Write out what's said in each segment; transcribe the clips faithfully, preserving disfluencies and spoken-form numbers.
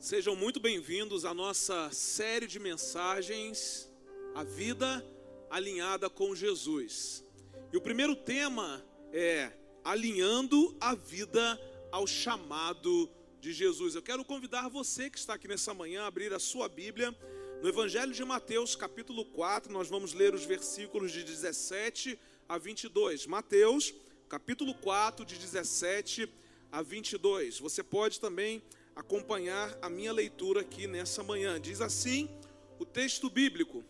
Sejam muito bem-vindos à nossa série de mensagens, A Vida Alinhada com Jesus. E o primeiro tema é Alinhando a Vida ao Chamado de Jesus. Eu quero convidar você que está aqui nessa manhã a abrir a sua Bíblia no Evangelho de Mateus, capítulo quatro. Nós vamos ler os versículos de dezessete a vinte e dois. Mateus, capítulo quatro, de dezessete a vinte e dois. Você pode também acompanhar a minha leitura aqui nessa manhã. Diz assim o texto bíblico: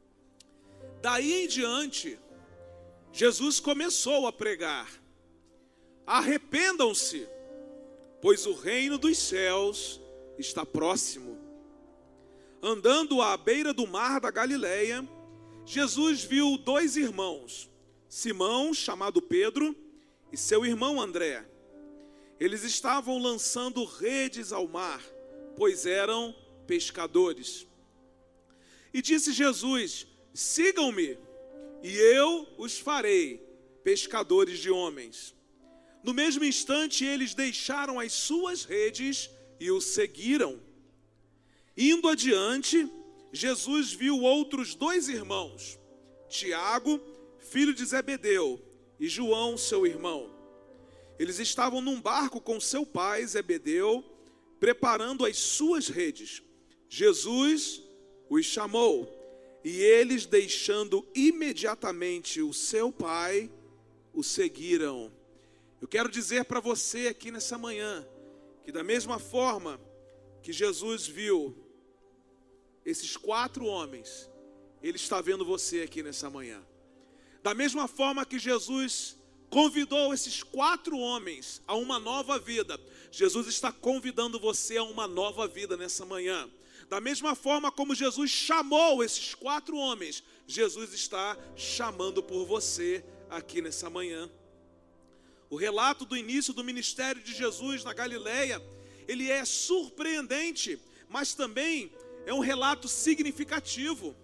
daí em diante, Jesus começou a pregar: arrependam-se, pois o reino dos céus está próximo. Andando à beira do mar da Galileia, Jesus viu dois irmãos, Simão, chamado Pedro, e seu irmão André. Eles estavam lançando redes ao mar, pois eram pescadores. E disse Jesus: sigam-me, e eu os farei pescadores de homens. No mesmo instante, eles deixaram as suas redes e o seguiram. Indo adiante, Jesus viu outros dois irmãos, Tiago, filho de Zebedeu, e João, seu irmão. Eles estavam num barco com seu pai, Zebedeu, preparando as suas redes. Jesus os chamou, e eles, deixando imediatamente o seu pai, o seguiram. Eu quero dizer para você aqui nessa manhã, que da mesma forma que Jesus viu esses quatro homens, Ele está vendo você aqui nessa manhã. Da mesma forma que Jesus convidou esses quatro homens a uma nova vida, Jesus está convidando você a uma nova vida nessa manhã. Da mesma forma como Jesus chamou esses quatro homens, Jesus está chamando por você aqui nessa manhã. O relato do início do ministério de Jesus na Galileia, ele é surpreendente, mas também é um relato significativo.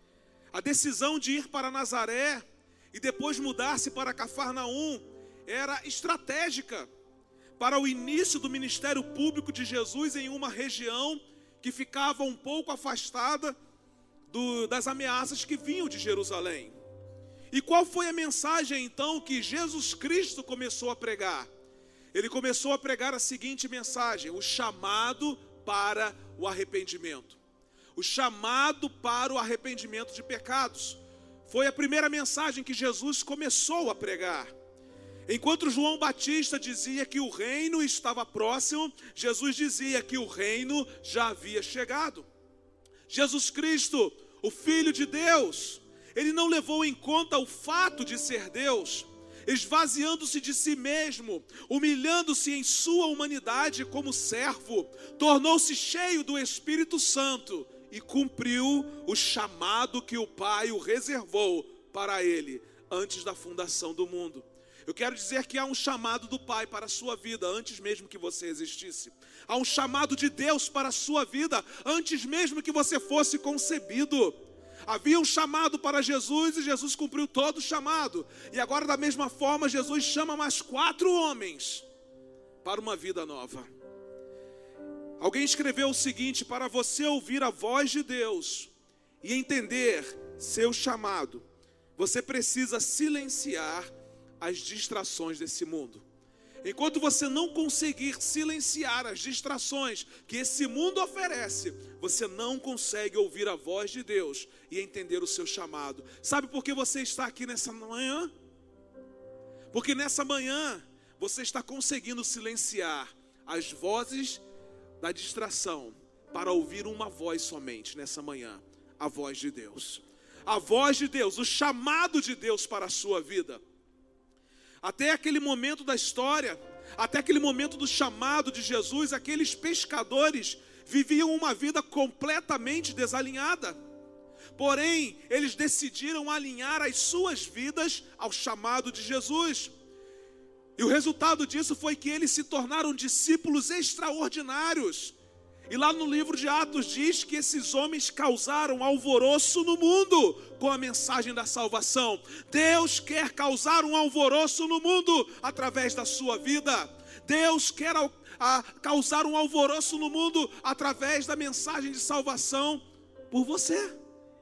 A decisão de ir para Nazaré e depois mudar-se para Cafarnaum era estratégica para o início do ministério público de Jesus em uma região que ficava um pouco afastada do, das ameaças que vinham de Jerusalém. E qual foi a mensagem então que Jesus Cristo começou a pregar? Ele começou a pregar a seguinte mensagem: o chamado para o arrependimento. O chamado para o arrependimento de pecados. Foi a primeira mensagem que Jesus começou a pregar. Enquanto João Batista dizia que o reino estava próximo, Jesus dizia que o reino já havia chegado. Jesus Cristo, o Filho de Deus, Ele não levou em conta o fato de ser Deus, esvaziando-se de si mesmo, humilhando-se em sua humanidade como servo, tornou-se cheio do Espírito Santo e cumpriu o chamado que o Pai o reservou para ele antes da fundação do mundo. Eu quero dizer que há um chamado do Pai para a sua vida antes mesmo que você existisse. Há um chamado de Deus para a sua vida antes mesmo que você fosse concebido. Havia um chamado para Jesus e Jesus cumpriu todo o chamado. E agora, da mesma forma, Jesus chama mais quatro homens para uma vida nova. Alguém escreveu o seguinte: para você ouvir a voz de Deus e entender seu chamado, você precisa silenciar as distrações desse mundo. Enquanto você não conseguir silenciar as distrações que esse mundo oferece, você não consegue ouvir a voz de Deus e entender o seu chamado. Sabe por que você está aqui nessa manhã? Porque nessa manhã você está conseguindo silenciar as vozes da distração para ouvir uma voz somente nessa manhã, a voz de Deus. A voz de Deus, o chamado de Deus para a sua vida. Até aquele momento da história, até aquele momento do chamado de Jesus, aqueles pescadores viviam uma vida completamente desalinhada. Porém, eles decidiram alinhar as suas vidas ao chamado de Jesus. E o resultado disso foi que eles se tornaram discípulos extraordinários. E lá no livro de Atos diz que esses homens causaram alvoroço no mundo com a mensagem da salvação. Deus quer causar um alvoroço no mundo através da sua vida. Deus quer a, a, causar um alvoroço no mundo através da mensagem de salvação por você.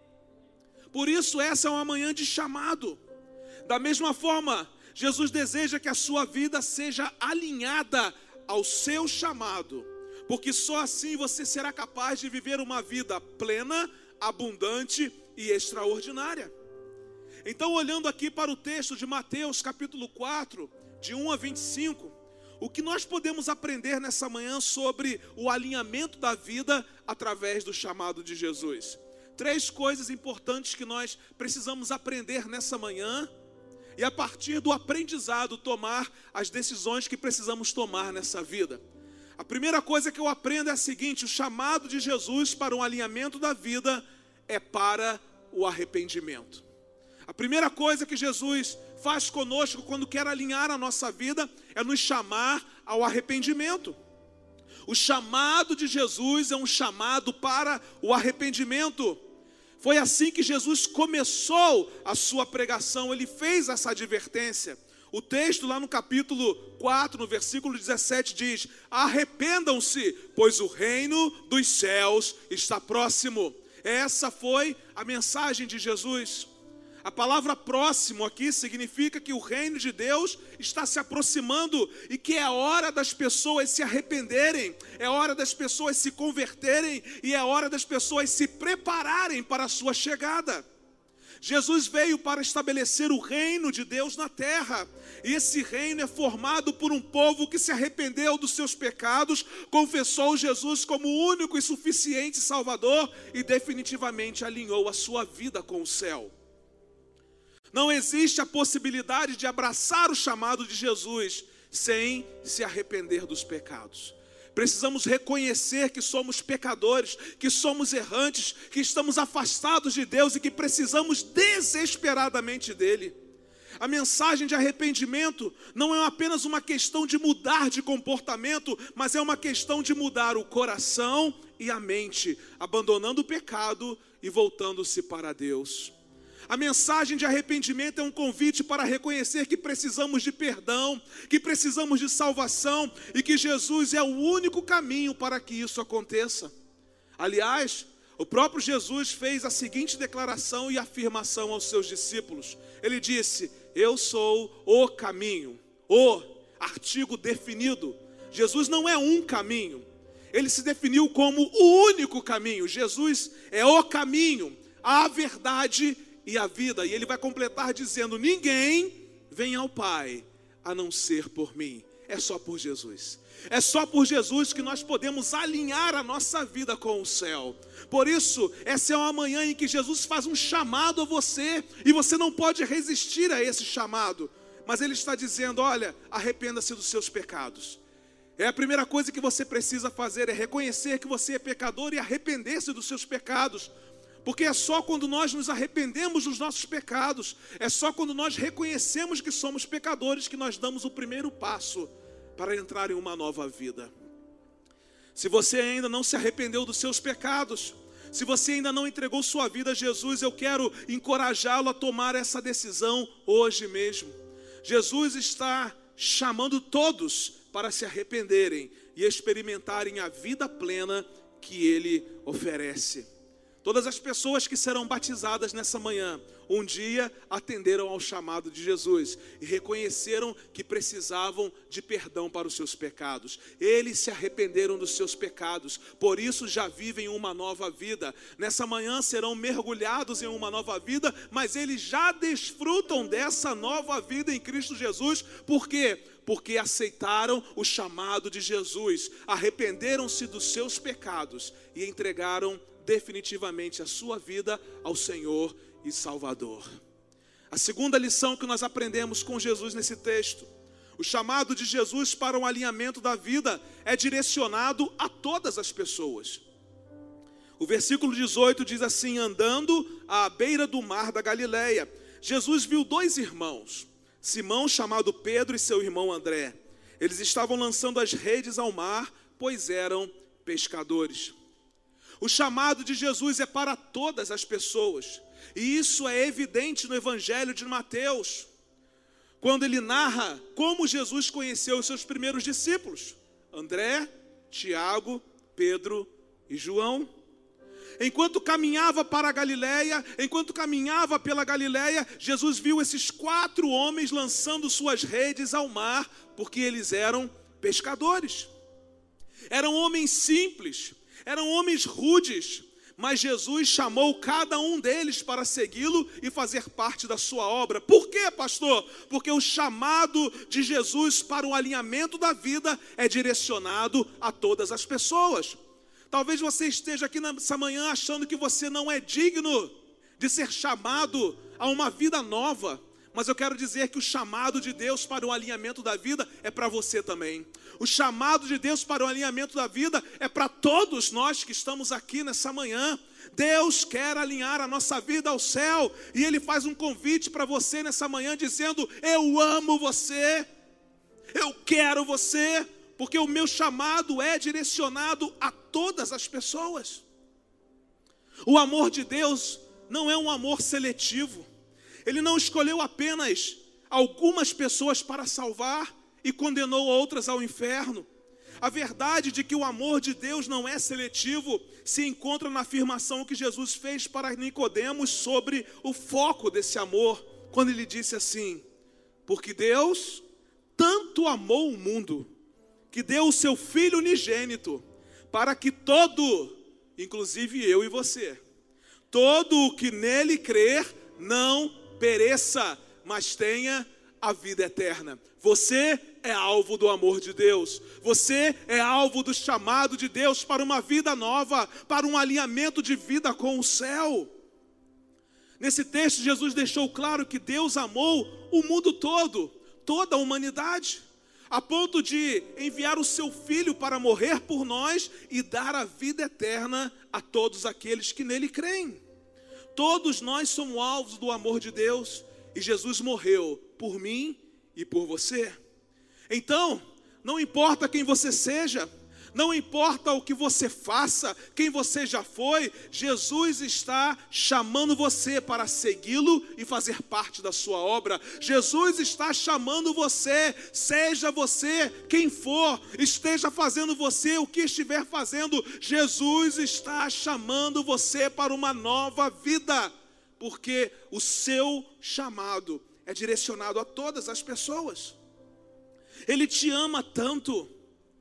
Por isso essa é uma manhã de chamado. Da mesma forma, Jesus deseja que a sua vida seja alinhada ao seu chamado, porque só assim você será capaz de viver uma vida plena, abundante e extraordinária. Então, olhando aqui para o texto de Mateus capítulo quatro, de um a vinte e cinco, o que nós podemos aprender nessa manhã sobre o alinhamento da vida através do chamado de Jesus? Três coisas importantes que nós precisamos aprender nessa manhã, e a partir do aprendizado tomar as decisões que precisamos tomar nessa vida. A primeira coisa que eu aprendo é a seguinte: o chamado de Jesus para um alinhamento da vida é para o arrependimento. A primeira coisa que Jesus faz conosco quando quer alinhar a nossa vida é nos chamar ao arrependimento. O chamado de Jesus é um chamado para o arrependimento. Foi assim que Jesus começou a sua pregação, ele fez essa advertência. O texto lá no capítulo quatro, no versículo dezessete diz: arrependam-se, pois o reino dos céus está próximo. Essa foi a mensagem de Jesus. A palavra próximo aqui significa que o reino de Deus está se aproximando e que é hora das pessoas se arrependerem, é hora das pessoas se converterem e é hora das pessoas se prepararem para a sua chegada. Jesus veio para estabelecer o reino de Deus na terra, e esse reino é formado por um povo que se arrependeu dos seus pecados, confessou Jesus como o único e suficiente Salvador e definitivamente alinhou a sua vida com o céu. Não existe a possibilidade de abraçar o chamado de Jesus sem se arrepender dos pecados. Precisamos reconhecer que somos pecadores, que somos errantes, que estamos afastados de Deus e que precisamos desesperadamente dele. A mensagem de arrependimento não é apenas uma questão de mudar de comportamento, mas é uma questão de mudar o coração e a mente, abandonando o pecado e voltando-se para Deus. A mensagem de arrependimento é um convite para reconhecer que precisamos de perdão, que precisamos de salvação e que Jesus é o único caminho para que isso aconteça. Aliás, o próprio Jesus fez a seguinte declaração e afirmação aos seus discípulos. Ele disse: eu sou o caminho, o artigo definido. Jesus não é um caminho, ele se definiu como o único caminho. Jesus é o caminho, a verdade e a vida, e ele vai completar dizendo: ninguém vem ao Pai a não ser por mim. É só por Jesus. É só por Jesus que nós podemos alinhar a nossa vida com o céu. Por isso, essa é uma manhã em que Jesus faz um chamado a você, e você não pode resistir a esse chamado. Mas ele está dizendo: olha, arrependa-se dos seus pecados. É a primeira coisa que você precisa fazer, é reconhecer que você é pecador e arrepender-se dos seus pecados. Porque é só quando nós nos arrependemos dos nossos pecados, é só quando nós reconhecemos que somos pecadores que nós damos o primeiro passo para entrar em uma nova vida. Se você ainda não se arrependeu dos seus pecados, se você ainda não entregou sua vida a Jesus, eu quero encorajá-lo a tomar essa decisão hoje mesmo. Jesus está chamando todos para se arrependerem e experimentarem a vida plena que Ele oferece. Todas as pessoas que serão batizadas nessa manhã, um dia atenderam ao chamado de Jesus e reconheceram que precisavam de perdão para os seus pecados. Eles se arrependeram dos seus pecados, por isso já vivem uma nova vida. Nessa manhã serão mergulhados em uma nova vida, mas eles já desfrutam dessa nova vida em Cristo Jesus. Por quê? Porque aceitaram o chamado de Jesus, arrependeram-se dos seus pecados e entregaram definitivamente a sua vida ao Senhor e Salvador. A segunda lição que nós aprendemos com Jesus nesse texto: o chamado de Jesus para um alinhamento da vida é direcionado a todas as pessoas. O versículo dezoito diz assim: andando à beira do mar da Galileia, Jesus viu dois irmãos, Simão, chamado Pedro, e seu irmão André. Eles estavam lançando as redes ao mar, pois eram pescadores. O chamado de Jesus é para todas as pessoas, e isso é evidente no Evangelho de Mateus. quando ele narra como Jesus conheceu os seus primeiros discípulos, André, Tiago, Pedro e João. Enquanto caminhava para a Galileia, enquanto caminhava pela Galileia, Jesus viu esses quatro homens lançando suas redes ao mar, porque eles eram pescadores. Eram homens simples, eram homens rudes, mas Jesus chamou cada um deles para segui-lo e fazer parte da sua obra. Por quê, pastor? Porque o chamado de Jesus para o alinhamento da vida é direcionado a todas as pessoas. Talvez você esteja aqui nessa manhã achando que você não é digno de ser chamado a uma vida nova, mas eu quero dizer que o chamado de Deus para o alinhamento da vida é para você também. O chamado de Deus para o alinhamento da vida é para todos nós que estamos aqui nessa manhã. Deus quer alinhar a nossa vida ao céu, e Ele faz um convite para você nessa manhã dizendo: eu amo você, eu quero você, porque o meu chamado é direcionado a todas as pessoas. O amor de Deus não é um amor seletivo. Ele não escolheu apenas algumas pessoas para salvar e condenou outras ao inferno. A verdade de que o amor de Deus não é seletivo se encontra na afirmação que Jesus fez para Nicodemos sobre o foco desse amor, quando ele disse assim: porque Deus tanto amou o mundo, que deu o seu Filho unigênito, para que todo, inclusive eu e você, todo o que nele crer não pereça, mas tenha a vida eterna. Você é alvo do amor de Deus. Você é alvo do chamado de Deus para uma vida nova, para um alinhamento de vida com o céu. Nesse texto, Jesus deixou claro que Deus amou o mundo todo, toda a humanidade, a ponto de enviar o seu Filho para morrer por nós e dar a vida eterna a todos aqueles que nele creem. Todos nós somos alvos do amor de Deus, e Jesus morreu por mim e por você. Então, não importa quem você seja, não importa o que você faça, quem você já foi, Jesus está chamando você para segui-lo e fazer parte da sua obra. Jesus está chamando você, seja você quem for, esteja fazendo você o que estiver fazendo, Jesus está chamando você para uma nova vida, porque o seu chamado é direcionado a todas as pessoas. Ele te ama tanto,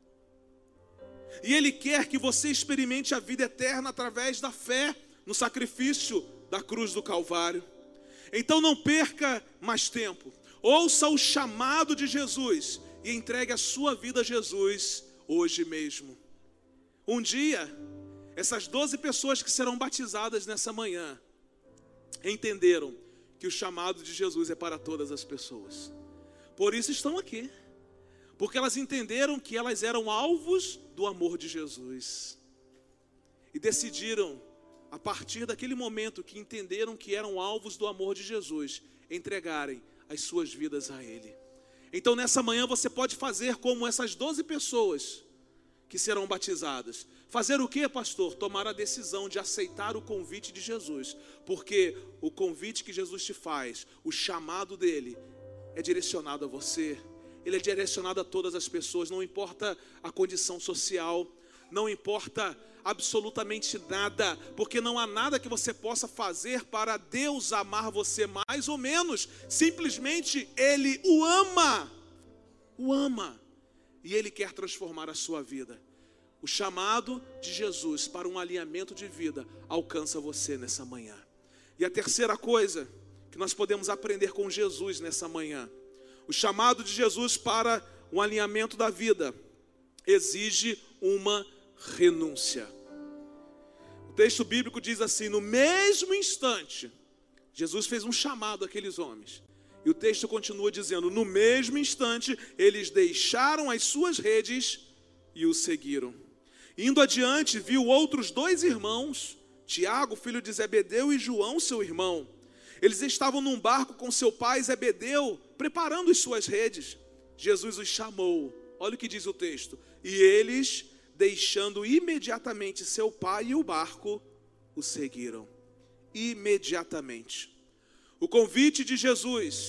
e Ele quer que você experimente a vida eterna através da fé no sacrifício da cruz do Calvário. Então não perca mais tempo, ouça o chamado de Jesus e entregue a sua vida a Jesus hoje mesmo. Um dia, essas doze pessoas que serão batizadas nessa manhã entenderam que o chamado de Jesus é para todas as pessoas. Por isso estão aqui, porque elas entenderam que elas eram alvos do amor de Jesus, e decidiram, a partir daquele momento que entenderam que eram alvos do amor de Jesus, entregarem as suas vidas a Ele. Então nessa manhã você pode fazer como essas doze pessoas que serão batizadas. Fazer o que, pastor? Tomar a decisão de aceitar o convite de Jesus, porque o convite que Jesus te faz, o chamado dele, é direcionado a você. Ele é direcionado a todas as pessoas, não importa a condição social, não importa absolutamente nada, porque não há nada que você possa fazer para Deus amar você mais ou menos. Simplesmente Ele o ama, o ama, e Ele quer transformar a sua vida. O chamado de Jesus para um alinhamento de vida alcança você nessa manhã. E a terceira coisa que nós podemos aprender com Jesus nessa manhã: o chamado de Jesus para um alinhamento da vida exige uma renúncia. O texto bíblico diz assim: no mesmo instante, Jesus fez um chamado àqueles homens. E o texto continua dizendo: no mesmo instante, eles deixaram as suas redes e o seguiram. Indo adiante, viu outros dois irmãos, Tiago, filho de Zebedeu, e João, seu irmão. Eles estavam num barco com seu pai Zebedeu, preparando as suas redes. Jesus os chamou, olha o que diz o texto: e eles, deixando imediatamente seu pai e o barco, o seguiram. Imediatamente. O convite de Jesus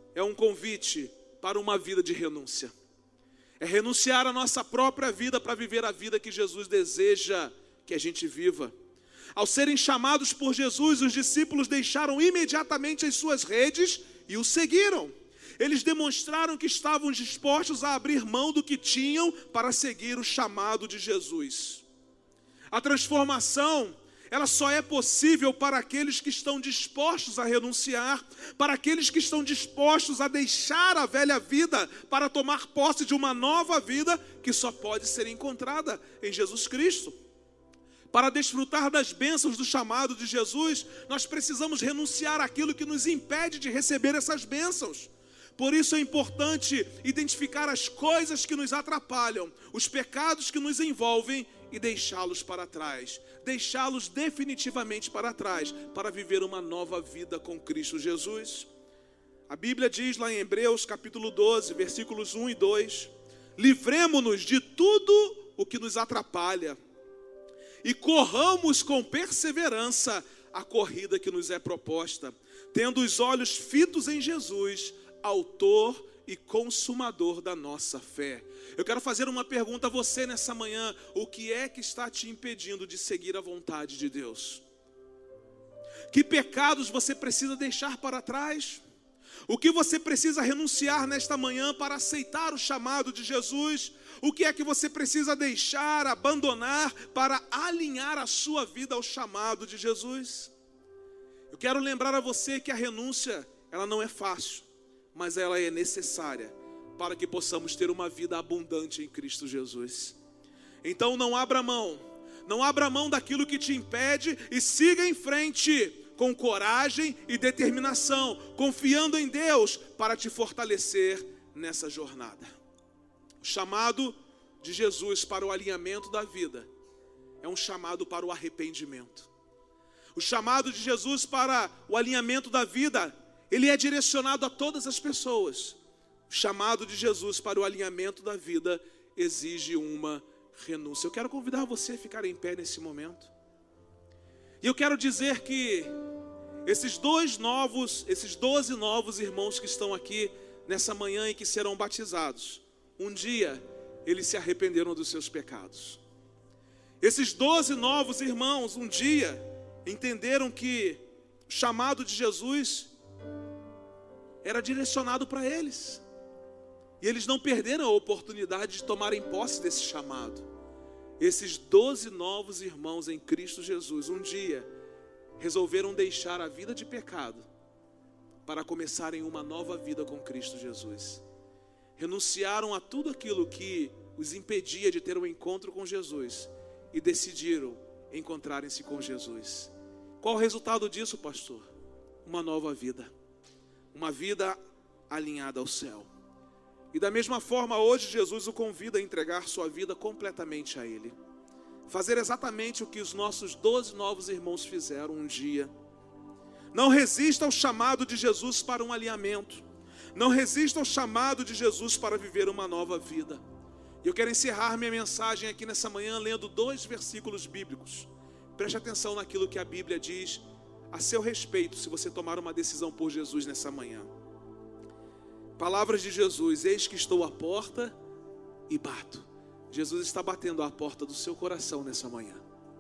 é um convite para uma vida de renúncia. É renunciar à nossa própria vida para viver a vida que Jesus deseja que a gente viva. Ao serem chamados por Jesus, os discípulos deixaram imediatamente as suas redes e o seguiram. Eles demonstraram que estavam dispostos a abrir mão do que tinham para seguir o chamado de Jesus. A transformação, ela só é possível para aqueles que estão dispostos a renunciar, para aqueles que estão dispostos a deixar a velha vida para tomar posse de uma nova vida que só pode ser encontrada em Jesus Cristo. Para desfrutar das bênçãos do chamado de Jesus, nós precisamos renunciar àquilo que nos impede de receber essas bênçãos. Por isso é importante identificar as coisas que nos atrapalham, os pecados que nos envolvem e deixá-los para trás. Deixá-los definitivamente para trás, para viver uma nova vida com Cristo Jesus. A Bíblia diz lá em Hebreus capítulo doze, versículos um e dois: livremo-nos de tudo o que nos atrapalha e corramos com perseverança a corrida que nos é proposta, tendo os olhos fitos em Jesus, autor e consumador da nossa fé. Eu quero fazer uma pergunta a você nessa manhã: o que é que está te impedindo de seguir a vontade de Deus? Que pecados você precisa deixar para trás? O que você precisa renunciar nesta manhã para aceitar o chamado de Jesus? O que é que você precisa deixar, abandonar para alinhar a sua vida ao chamado de Jesus? Eu quero lembrar a você que a renúncia, ela não é fácil, mas ela é necessária para que possamos ter uma vida abundante em Cristo Jesus. Então não abra mão, não abra mão daquilo que te impede e siga em frente com coragem e determinação, confiando em Deus para te fortalecer nessa jornada. O chamado de Jesus para o alinhamento da vida é um chamado para o arrependimento. O chamado de Jesus para o alinhamento da vida, ele é direcionado a todas as pessoas. O chamado de Jesus para o alinhamento da vida exige uma renúncia. Eu quero convidar você a ficar em pé nesse momento. E eu quero dizer que esses dois novos, esses doze novos irmãos que estão aqui nessa manhã e que serão batizados, um dia eles se arrependeram dos seus pecados. Esses doze novos irmãos um dia entenderam que o chamado de Jesus era direcionado para eles. E eles não perderam a oportunidade de tomarem posse desse chamado. Esses doze novos irmãos em Cristo Jesus, um dia, resolveram deixar a vida de pecado para começarem uma nova vida com Cristo Jesus. Renunciaram a tudo aquilo que os impedia de ter um encontro com Jesus e decidiram encontrarem-se com Jesus. Qual o resultado disso, pastor? Uma nova vida. Uma vida alinhada ao céu. E da mesma forma, hoje Jesus o convida a entregar sua vida completamente a Ele. Fazer exatamente o que os nossos doze novos irmãos fizeram um dia. Não resista ao chamado de Jesus para um alinhamento. Não resista ao chamado de Jesus para viver uma nova vida. E eu quero encerrar minha mensagem aqui nessa manhã lendo dois versículos bíblicos. Preste atenção naquilo que a Bíblia diz a seu respeito, se você tomar uma decisão por Jesus nessa manhã. Palavras de Jesus: eis que estou à porta e bato. Jesus está batendo à porta do seu coração nessa manhã.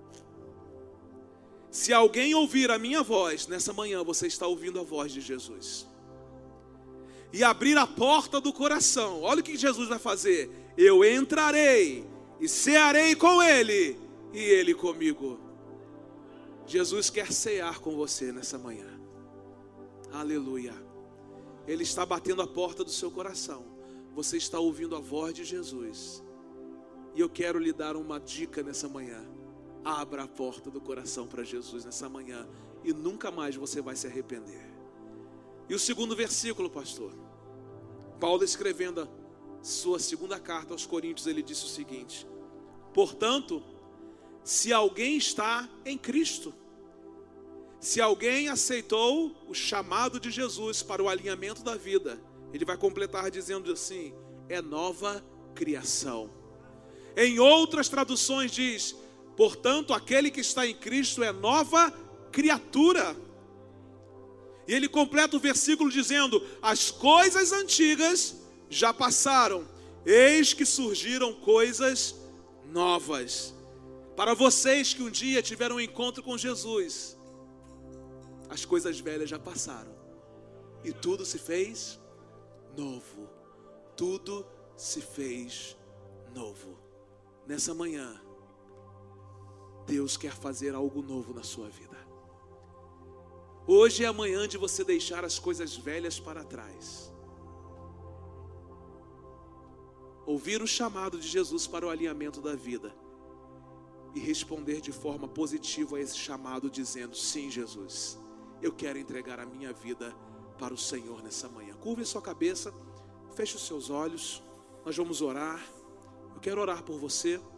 Se alguém ouvir a minha voz nessa manhã, você está ouvindo a voz de Jesus. E abrir a porta do coração, olha o que Jesus vai fazer: eu entrarei e cearei com Ele e Ele comigo. Jesus quer cear com você nessa manhã. Aleluia. Ele está batendo a porta do seu coração. Você está ouvindo a voz de Jesus. E eu quero lhe dar uma dica nessa manhã: abra a porta do coração para Jesus nessa manhã, e nunca mais você vai se arrepender. E o segundo versículo, pastor, Paulo escrevendo a sua segunda carta aos Coríntios, ele disse o seguinte: portanto, se alguém está em Cristo, se alguém aceitou o chamado de Jesus para o alinhamento da vida, ele vai completar dizendo assim: é nova criação. Em outras traduções diz: portanto, aquele que está em Cristo é nova criatura. E ele completa o versículo dizendo: as coisas antigas já passaram, eis que surgiram coisas novas. Para vocês que um dia tiveram um encontro com Jesus, as coisas velhas já passaram e tudo se fez novo. Tudo se fez novo. Nessa manhã, Deus quer fazer algo novo na sua vida. Hoje é a manhã de você deixar as coisas velhas para trás. Ouvir o chamado de Jesus para o alinhamento da vida e responder de forma positiva a esse chamado, dizendo: sim, Jesus, eu quero entregar a minha vida para o Senhor nessa manhã. Curve a sua cabeça, feche os seus olhos, nós vamos orar. Eu quero orar por você.